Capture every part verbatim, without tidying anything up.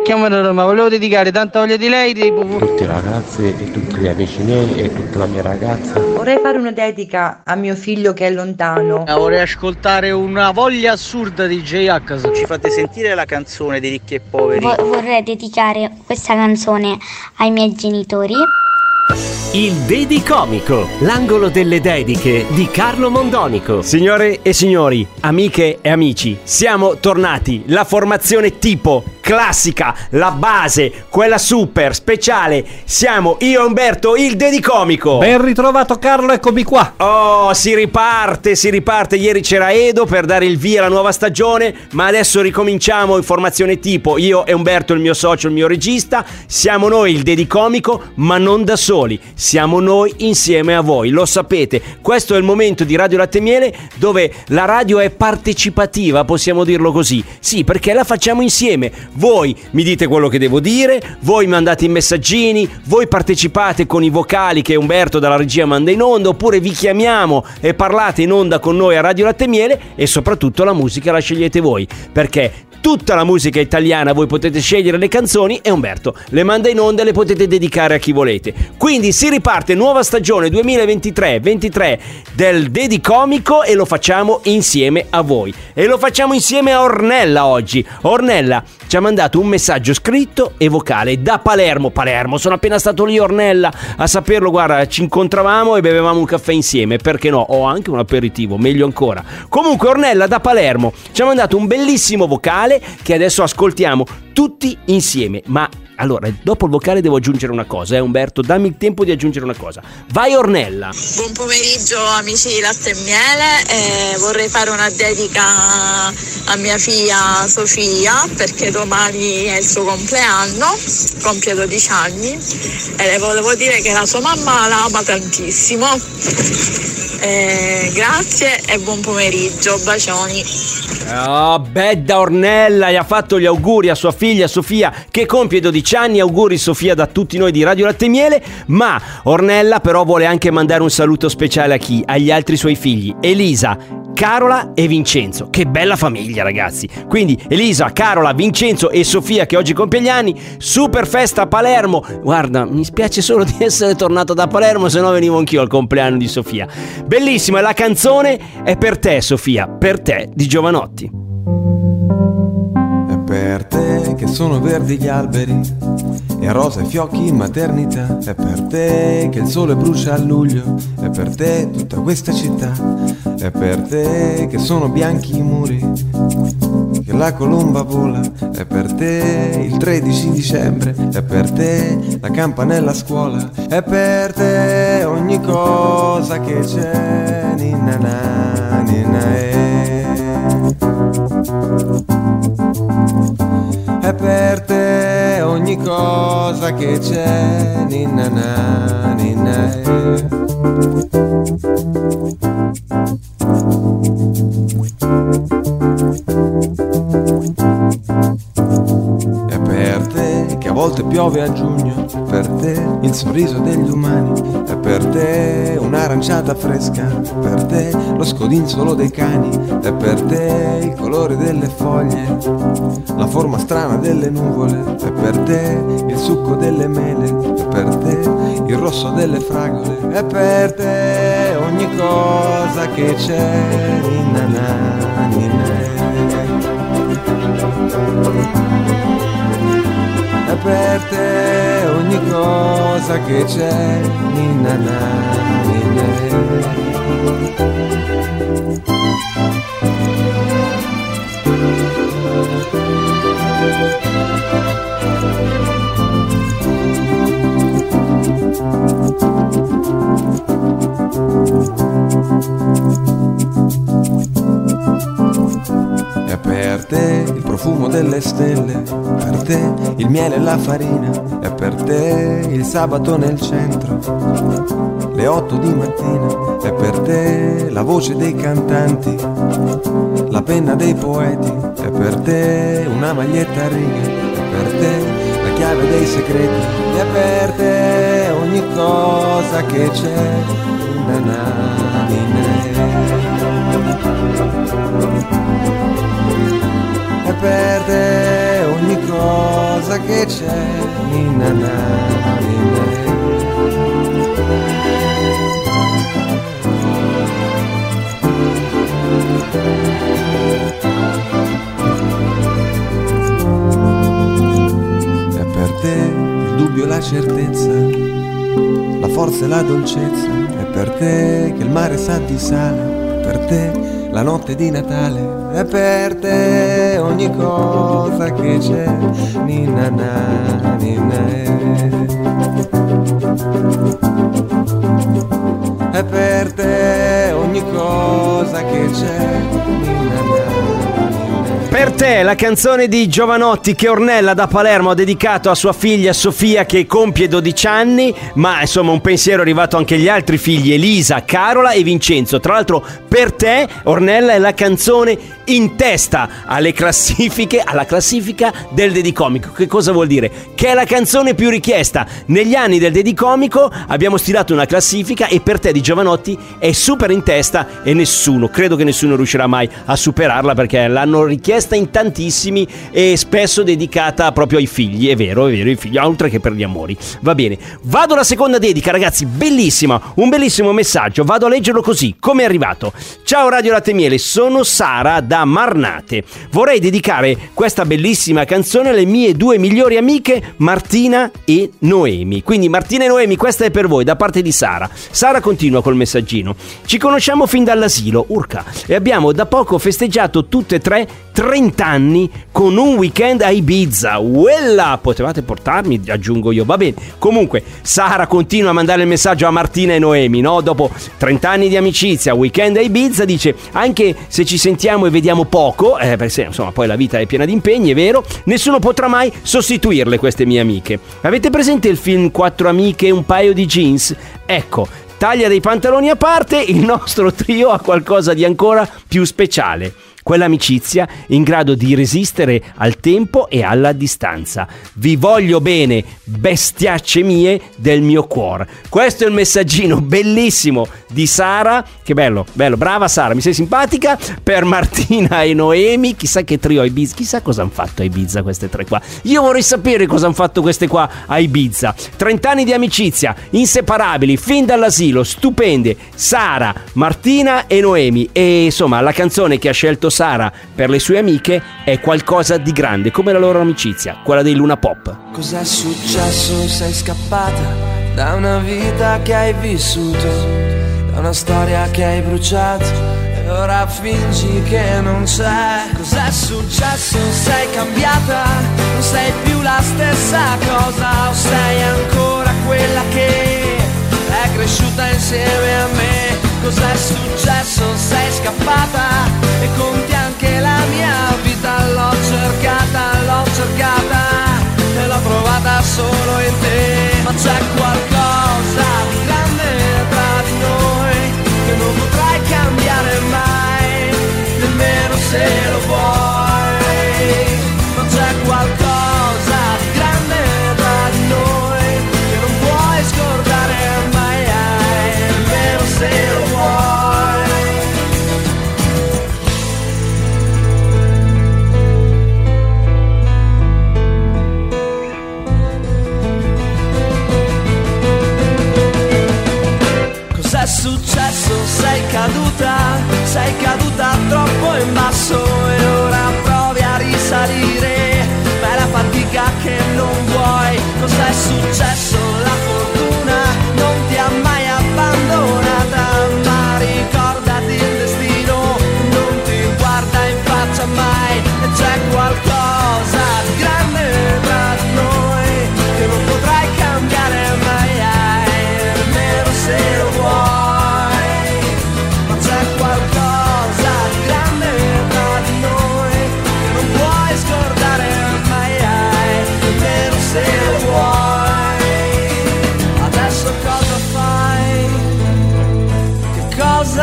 chiamo da Roma, volevo dedicare tanta voglia di lei tutti i ragazzi e tutti gli amici miei e tutta la mia ragazza. Vorrei fare una dedica a mio figlio che è lontano. Vorrei ascoltare una voglia assurda di J-H. Ci fate sentire la canzone di Ricchi e Poveri? Vo- vorrei dedicare questa canzone ai miei genitori. Il Dedicomico, l'angolo delle dediche di Carlo Mondonico. Signore e signori, amiche e amici, siamo tornati. La formazione tipo, classica, la base, quella super, speciale. Siamo io e Umberto, il Dedicomico. Ben ritrovato Carlo, eccomi qua. Oh, si riparte, si riparte. Ieri c'era Edo per dare il via alla nuova stagione, ma adesso ricominciamo in formazione tipo. Io e Umberto, il mio socio, il mio regista. Siamo noi il Dedicomico, ma non da soli. Siamo noi insieme a voi, lo sapete. Questo è il momento di Radio Latte e Miele dove la radio è partecipativa, possiamo dirlo così. Sì, perché la facciamo insieme. Voi mi dite quello che devo dire, voi mandate i messaggini, voi partecipate con i vocali che Umberto dalla regia manda in onda, oppure vi chiamiamo e parlate in onda con noi a Radio Latte e Miele, e soprattutto la musica la scegliete voi, perché tutta la musica italiana voi potete scegliere le canzoni e Umberto le manda in onda e le potete dedicare a chi volete. Quindi si riparte nuova stagione duemilaventitré ventitré del Dedicomico e lo facciamo insieme a voi. E lo facciamo insieme a Ornella oggi. Ornella ci ha mandato un messaggio scritto e vocale da Palermo. Palermo, sono appena stato lì, Ornella, a saperlo. Guarda, ci incontravamo e bevevamo un caffè insieme, perché no? O anche un aperitivo, meglio ancora. Comunque Ornella da Palermo ci ha mandato un bellissimo vocale che adesso ascoltiamo tutti insieme. Ma allora, dopo il vocale devo aggiungere una cosa, eh Umberto, dammi il tempo di aggiungere una cosa. Vai Ornella. Buon pomeriggio amici di Latte e Miele, eh, vorrei fare una dedica a mia figlia Sofia perché domani è il suo compleanno, compie dodici anni e le volevo dire che la sua mamma la ama tantissimo. Eh, grazie e buon pomeriggio, bacioni. Oh, bella Ornella, gli ha fatto gli auguri a sua figlia Sofia che compie dodici anni. Auguri Sofia da tutti noi di Radio Latte e Miele. Ma Ornella però vuole anche mandare un saluto speciale a chi? Agli altri suoi figli, Elisa, Carola e Vincenzo. Che bella famiglia, ragazzi. Quindi Elisa, Carola, Vincenzo e Sofia che oggi compie gli anni. Super festa a Palermo. Guarda, mi spiace solo di essere tornato da Palermo, se no venivo anch'io al compleanno di Sofia. Bellissima, e la canzone è per te Sofia, per te di Giovanotti. È per te che sono verdi gli alberi e rosa i fiocchi in maternità. È per te che il sole brucia a luglio, è per te tutta questa città. È per te che sono bianchi i muri, che la colomba vola. È per te il tredici dicembre, è per te la campanella a scuola. È per te ogni cosa che c'è, ninna na, ninna e. È per te ogni cosa che c'è, ninna na, ninna e. È per te che a volte piove a giugno, per te il sorriso degli umani. È per te un'aranciata fresca, per te lo scodinzolo dei cani. È per te il colore delle foglie, la forma strana delle nuvole. È per te il succo delle mele, è per te il rosso delle fragole. È per te ogni cosa che c'è, ninna na, ninna e. È per te ogni cosa che c'è, ninna na, ninna e. È per te il profumo delle stelle, per te il miele e la farina. È per te il sabato nel centro, le otto di mattina. È per te la voce dei cantanti, la penna dei poeti. È per te una maglietta a righe, è per te la chiave dei segreti. È per te ogni cosa che c'è, ninna na, ninna e. È per te ogni ogni cosa che c'è. Ninna na, ninna. E per te il dubbio e la certezza, la forza e la dolcezza, è per te che il mare sa di sale, è per te la notte di Natale, è per te ogni cosa che c'è. Ninna na, ninna eh. È per te ogni cosa che c'è. Ninna na. Per te la canzone di Jovanotti che Ornella da Palermo ha dedicato a sua figlia Sofia che compie dodici anni, ma insomma un pensiero è arrivato anche agli altri figli Elisa, Carola e Vincenzo. Tra l'altro per te Ornella è la canzone in testa alle classifiche, alla classifica del Dedicomico. Che cosa vuol dire? Che è la canzone più richiesta. Negli anni del Dedicomico abbiamo stilato una classifica e per te di Jovanotti è super in testa e nessuno, credo che nessuno riuscirà mai a superarla perché l'hanno richiesta in tantissimi e spesso dedicata proprio ai figli. È vero, è vero, i figli, oltre che per gli amori. Va bene, vado alla seconda dedica, ragazzi, bellissima, un bellissimo messaggio, vado a leggerlo così, come è arrivato. Ciao Radio Latte e Miele, sono Sara da Marnate. Vorrei dedicare questa bellissima canzone alle mie due migliori amiche Martina e Noemi. Quindi Martina e Noemi, questa è per voi da parte di Sara. Sara continua col messaggino. Ci conosciamo fin dall'asilo, urca, e abbiamo da poco festeggiato tutte e tre trenta anni con un weekend a Ibiza. Uella, potevate portarmi, aggiungo io, va bene. Comunque Sara continua a mandare il messaggio a Martina e Noemi, no? Dopo trenta anni di amicizia, weekend a Ibiza, dice anche se ci sentiamo e vediamo poco, eh, perché insomma poi la vita è piena di impegni, è vero, nessuno potrà mai sostituirle queste mie amiche. Avete presente il film Quattro amiche e un paio di jeans? Ecco, taglia dei pantaloni a parte, il nostro trio ha qualcosa di ancora più speciale. Quell'amicizia in grado di resistere al tempo e alla distanza. Vi voglio bene, bestiacce mie del mio cuore. Questo è il messaggino bellissimo di Sara. Che bello, bello, brava Sara, mi sei simpatica. Per Martina e Noemi, chissà che trio a Ibiza, chissà cosa hanno fatto a Ibiza queste tre qua. Io vorrei sapere cosa hanno fatto queste qua a Ibiza. trenta anni di amicizia, inseparabili, fin dall'asilo, stupende. Sara, Martina e Noemi. E insomma la canzone che ha scelto Sara per le sue amiche è qualcosa di grande, come la loro amicizia, quella dei Luna Pop. Cos'è successo? Sei scappata da una vita che hai vissuto, da una storia che hai bruciato e ora fingi che non c'è. Cos'è successo? Sei cambiata, non sei più la stessa cosa, o sei ancora quella che è cresciuta insieme a me. Cos'è successo? Sei scappata e conti anche la mia vita. L'ho cercata, l'ho cercata e l'ho provata solo in te. Ma c'è qualcosa di grande tra di noi che non potrai cambiare mai, nemmeno se lo vuoi. Ma c'è qualcosa di grande tra di noi che non puoi scordare mai, nemmeno se lo vuoi. Cos'è successo? Sei caduta, sei caduta troppo in basso e ora provi a risalire, ma è la fatica che non vuoi. Cos'è successo? La fortuna non ti ha mai abbandonata, ma ricordati il destino non ti guarda in faccia mai. E c'è qualcosa di grande tra di noi che non potrai cambiare mai, nemmeno se lo vuoi. Ma c'è qualcosa di grande tra di noi che non puoi scordare mai, nemmeno se lo vuoi. Adesso cosa fai? Che cosa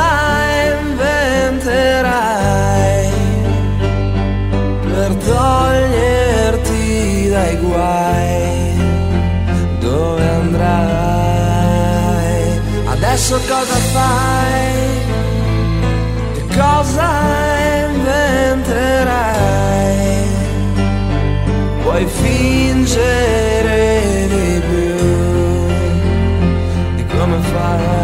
inventerai per toglierti dai guai? Dove andrai? Adesso cosa fai? Che cosa inventerai? stringere di più. E come farai?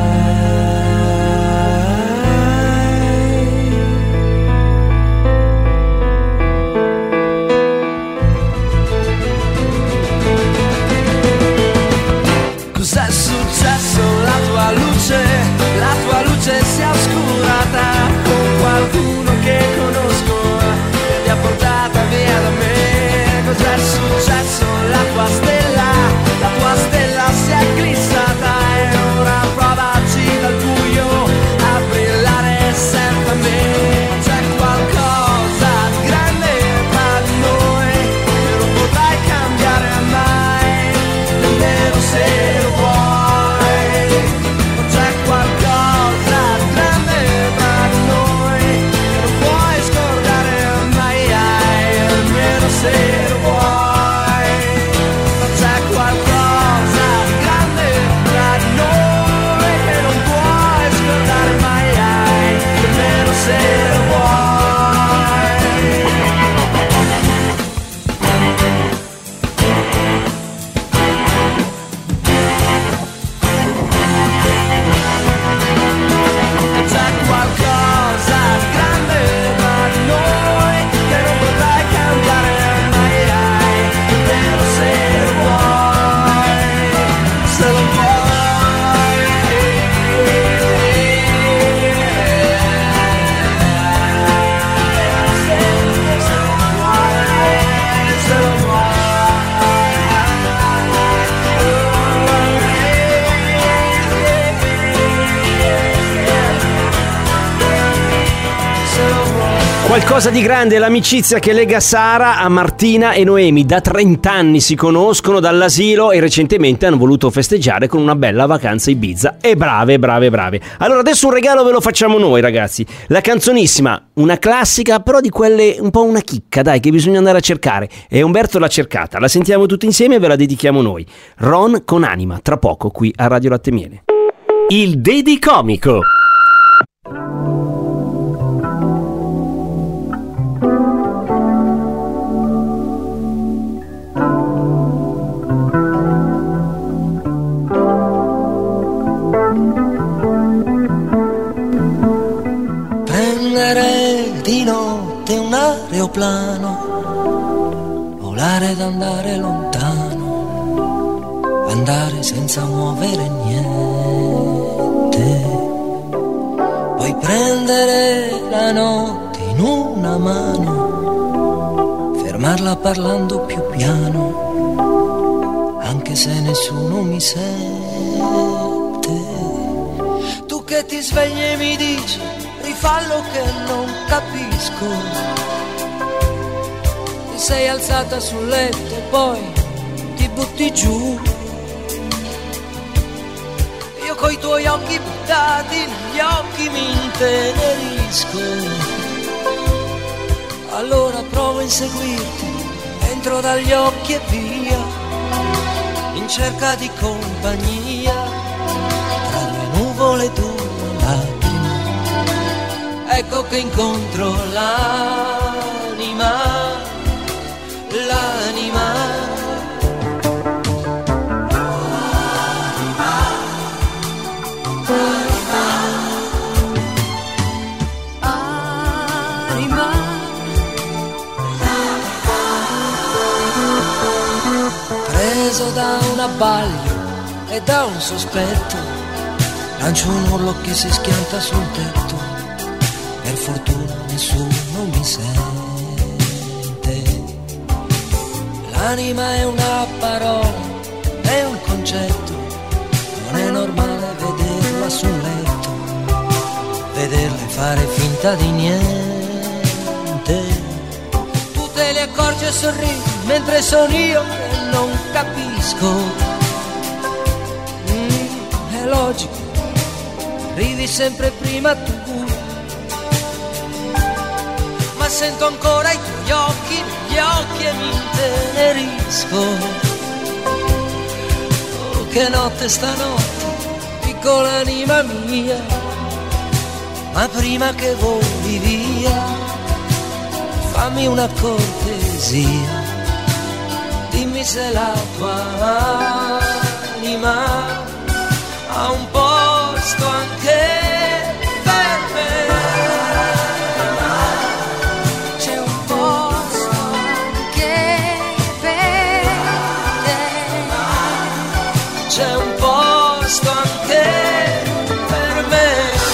Cos'è successo? La tua luce, la tua luce si è oscurata con qualcuno che conosco e mi ha portata via da me. Cos'è successo? La tua stella, la tua stella si è eclissata e ora provaci dal buio a brillare sempre a me. C'è qualcosa di grande tra di noi che non potrai cambiare mai, nemmeno se lo vuoi. C'è qualcosa di grande tra di noi che non puoi scordare mai, nemmeno se lo vuoi. C'è qualcosa di grande tra di noi che non puoi scordare mai, nemmeno se lo vuoi. C'è qualcosa di grande tra di noi che non potrai cambiare mai, nemmeno se lo vuoi, se lo vuoi. Se lo vuoi, se lo Qualcosa di grande è l'amicizia che lega Sara a Martina e Noemi. Da trent'anni si conoscono dall'asilo e recentemente hanno voluto festeggiare con una bella vacanza a Ibiza. E brave, brave, brave. Allora adesso un regalo ve lo facciamo noi, ragazzi. La canzonissima, una classica, però di quelle un po' una chicca, dai, che bisogna andare a cercare. E Umberto l'ha cercata. La sentiamo tutti insieme e ve la dedichiamo noi. Ron con Anima, tra poco qui a Radio Latte e Miele. Il Dedicomico. Prendere di notte un aeroplano, volare ed andare lontano, andare senza muovere niente, poi prendere la notte in una mano, fermarla parlando più piano, anche se nessuno mi sente. Tu che ti svegli e mi dici rifallo che non capisco, ti sei alzata sul letto e poi ti butti giù. Io coi tuoi occhi buttati negli occhi mi intenerisco, allora provo a inseguirti, entro dagli occhi e via, in cerca di compagnia, tra due nuvole due lacrime, ecco che incontro l'anima, l'anima. Preso da un abbaglio e da un sospetto, lancio un urlo che si schianta sul tetto, per fortuna nessuno mi sente. L'anima è una parola, è un concetto, non è normale vederla sul letto, vederla e fare finta di niente. Tu te ne accorgi e sorridi, mentre sono io che non capisco. Mm, è logico, arrivi sempre prima tu, ma sento ancora i tuoi occhi negli occhi e mi intenerisco. Oh, che notte stanotte, piccola anima mia, ma prima che voli via fammi una cortesia, se la tua anima ha un posto anche per me. C'è un posto anche per te. C'è un posto anche per me.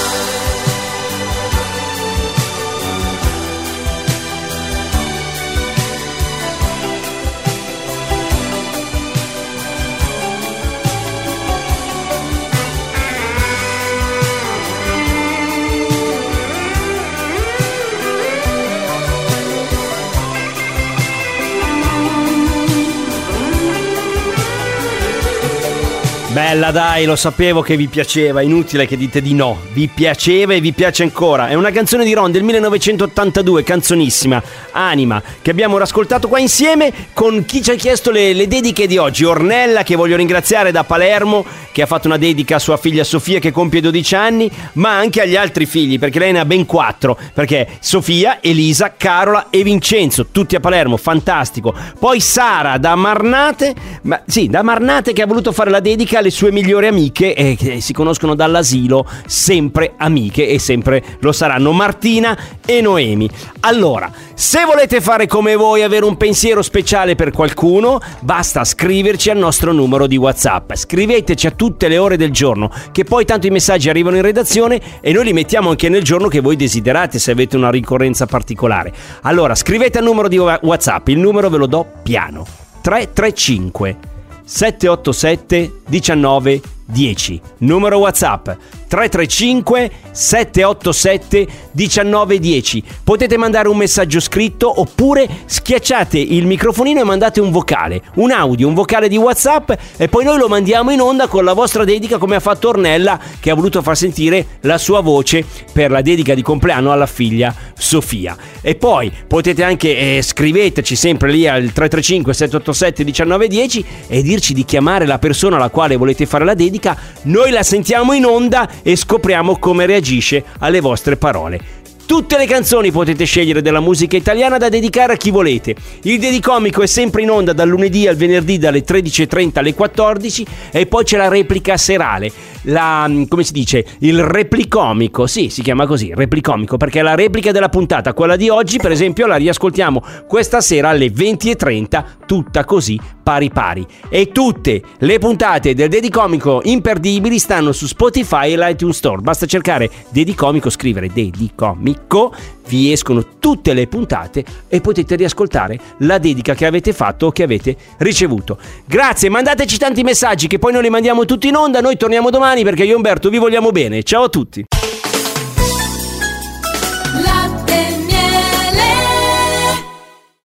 Bella dai, lo sapevo che vi piaceva, inutile che dite di no, vi piaceva e vi piace ancora. È una canzone di Ron del millenovecentottantadue, canzonissima, Anima, che abbiamo ascoltato qua insieme con chi ci ha chiesto le, le dediche di oggi. Ornella, che voglio ringraziare, da Palermo, che ha fatto una dedica a sua figlia Sofia che compie dodici anni, ma anche agli altri figli, perché lei ne ha ben quattro, perché Sofia, Elisa, Carola e Vincenzo, tutti a Palermo, fantastico. Poi Sara da Marnate, ma sì, da Marnate, che ha voluto fare la dedica alle sue migliori amiche e che si conoscono dall'asilo, sempre amiche e sempre lo saranno, Martina e Noemi. Allora, se volete fare come voi, avere un pensiero speciale per qualcuno, basta scriverci al nostro numero di WhatsApp. Scriveteci a tutte le ore del giorno, che poi tanto i messaggi arrivano in redazione e noi li mettiamo anche nel giorno che voi desiderate, se avete una ricorrenza particolare. Allora, scrivete al numero di WhatsApp, il numero ve lo do piano: tre tre cinque sette otto sette uno nove uno zero. Numero WhatsApp tre tre cinque sette otto sette uno nove uno zero. Potete mandare un messaggio scritto oppure schiacciate il microfonino e mandate un vocale, un audio, un vocale di WhatsApp, e poi noi lo mandiamo in onda con la vostra dedica, come ha fatto Ornella, che ha voluto far sentire la sua voce per la dedica di compleanno alla figlia Sofia. E poi potete anche eh, scriveteci sempre lì al tre tre cinque sette otto sette uno nove uno zero e dirci di chiamare la persona alla quale volete fare la dedica. Noi la sentiamo in onda e scopriamo come reagisce alle vostre parole. Tutte le canzoni potete scegliere della musica italiana da dedicare a chi volete. Il Dedicomico è sempre in onda dal lunedì al venerdì dalle tredici e trenta alle quattordici, e poi c'è la replica serale, la, come si dice, il replicomico, sì, si chiama così, replicomico, perché è la replica della puntata. Quella di oggi, per esempio, la riascoltiamo questa sera alle venti e trenta, tutta così, pari pari. E tutte le puntate del Dedicomico imperdibili stanno su Spotify e l'iTunes Store. Basta cercare Dedicomico, scrivere Dedicomico, vi escono tutte le puntate e potete riascoltare la dedica che avete fatto o che avete ricevuto. Grazie, mandateci tanti messaggi che poi noi li mandiamo tutti in onda. Noi torniamo domani perché io e Umberto vi vogliamo bene. Ciao a tutti.